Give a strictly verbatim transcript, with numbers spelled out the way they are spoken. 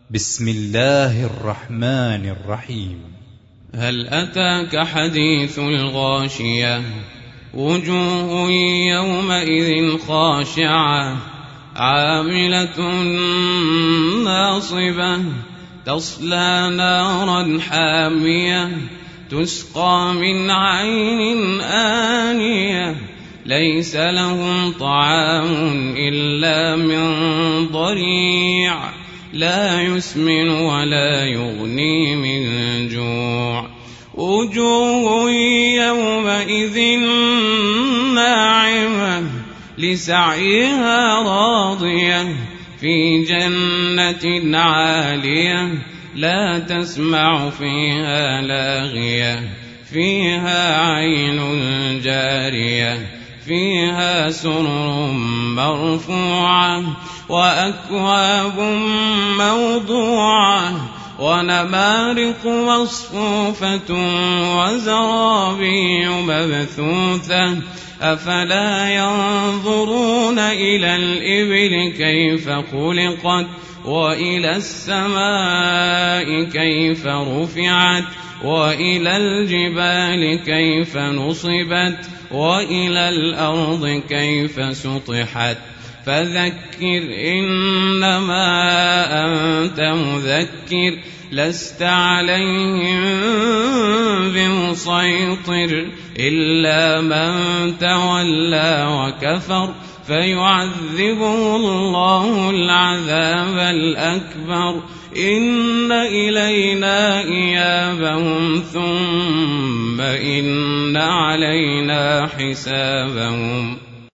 بسم الله الرحمن الرحيم. هل أتاك حديث الغاشية وجوه يومئذ خاشعة عاملة ناصبة تصلى نارا حامية تسقى من عين آنية ليس لهم طعام إلا من ضريع لا يسمن ولا يغني من جوع وجوه يومئذ ناعمة لسعيها راضية في جنة عالية لا تسمع فيها لاغية فيها عين جارية فيها سرر مرفوعة وأكواب موضوعة ونمارق مصفوفة وزرابي مبثوثة أفلا ينظرون إلى الإبل كيف خلقت وإلى السماء كيف رفعت وإلى الجبال كيف نصبت وإلى الأرض كيف سطحت فذكر إنما أنت مذكر لست عليهم بمسيطر إلا من تولى وكفر فيعذبه الله العذاب الأكبر إن إلينا إيابهم ثم إن علينا حسابهم.